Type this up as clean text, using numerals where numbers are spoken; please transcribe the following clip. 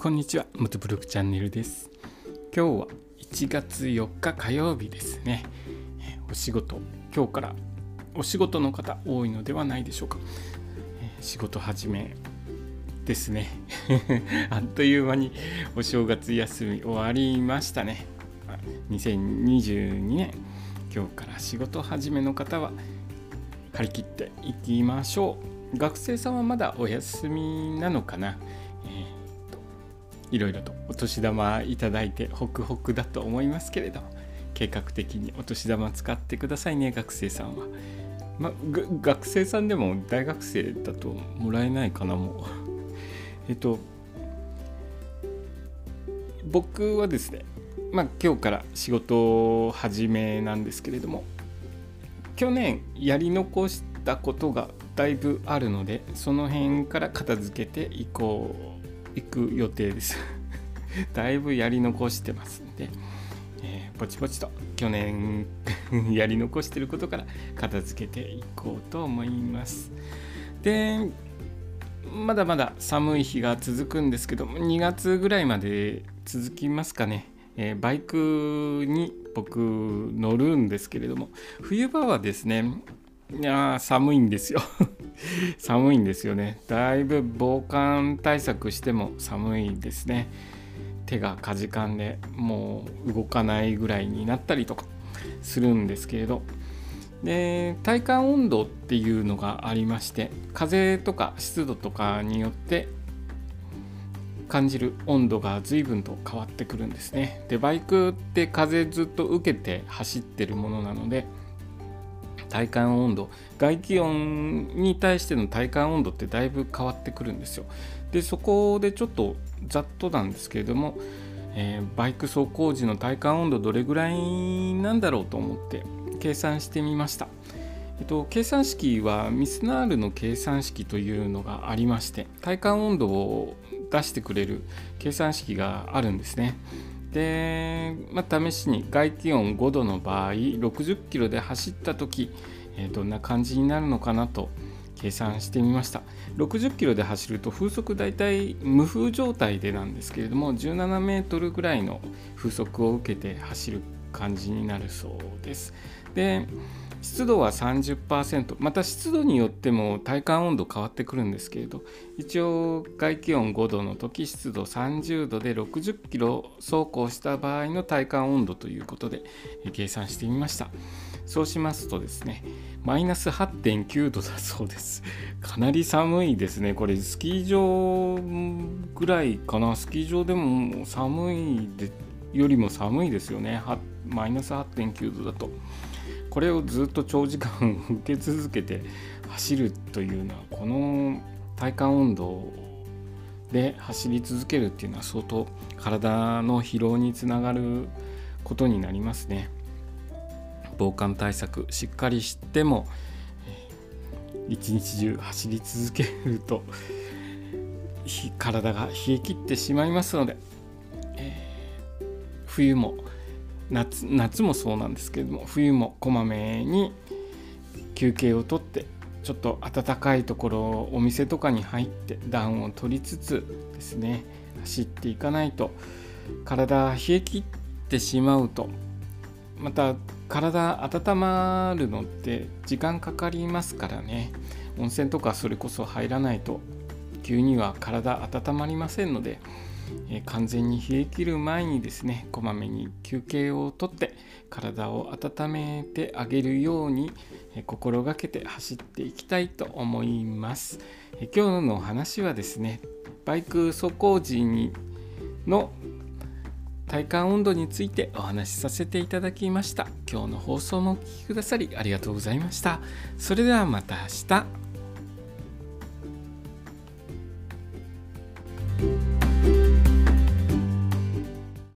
こんにちは、元ブログチャンネルです。今日は1月4日火曜日ですね。お仕事、今日からお仕事の方多いのではないでしょうか。仕事始めですね。あっという間にお正月休み終わりましたね。2022年、今日から仕事始めの方は張り切っていきましょう。学生さんはまだお休みなのかな。いろいろとお年玉いただいてホクホクだと思いますけれど、計画的にお年玉使ってくださいね、学生さんは。学生さんでも大学生だともらえないかな、もう。僕はですね、今日から仕事始めなんですけれども、去年やり残したことがだいぶあるので、その辺から片付けていく予定です。だいぶやり残してますんで、ポチポチと去年やり残していることから片付けていこうと思います。で、まだまだ寒い日が続くんですけども、2月ぐらいまで続きますかね。バイクに僕乗るんですけれども、冬場はですね、寒いんですよ。寒いんですよね。だいぶ防寒対策しても寒いですね。手がかじかんでもう動かないぐらいになったりとかするんですけれど、で、体感温度っていうのがありまして、風とか湿度とかによって感じる温度が随分と変わってくるんですね。で、バイクって風ずっと受けて走ってるものなので、体感温度、外気温に対しての体感温度ってだいぶ変わってくるんですよ。で、そこでちょっとざっとなんですけれども、バイク走行時の体感温度どれぐらいなんだろうと思って計算してみました。計算式はミスナールの計算式というのがありまして、体感温度を出してくれる計算式があるんですね。で、試しに外気温5度の場合、60キロで走った時、どんな感じになるのかなと計算してみました。60キロで走ると風速だいたい無風状態でなんですけれども、17メートルぐらいの風速を受けて走る感じになるそうです。で、湿度は 30%、 また湿度によっても体感温度変わってくるんですけれど、一応外気温5度の時、湿度30度で60キロ走行した場合の体感温度ということで計算してみました。そうしますとですね、マイナス 8.9 度だそうです。かなり寒いですね。これスキー場ぐらいかな。スキー場でも寒いよりも寒いですよね。マイナス 8.9 度だと。これをずっと長時間受け続けて走るというのは、この体感温度で走り続けるっていうのは相当体の疲労につながることになりますね。防寒対策しっかりしても一日中走り続けると体が冷え切ってしまいますので、冬も夏もそうなんですけれども、冬もこまめに休憩をとって、ちょっと暖かいところ、お店とかに入って暖を取りつつですね、走っていかないと体冷え切ってしまうと、また体温まるのって時間かかりますからね。温泉とかそれこそ入らないと急には体温まりませんので、完全に冷え切る前にですね、こまめに休憩をとって体を温めてあげるように心がけて走っていきたいと思います。今日の話はですね、バイク走行時の体感温度についてお話しさせていただきました。今日の放送もお聞きくださりありがとうございました。それではまた明日。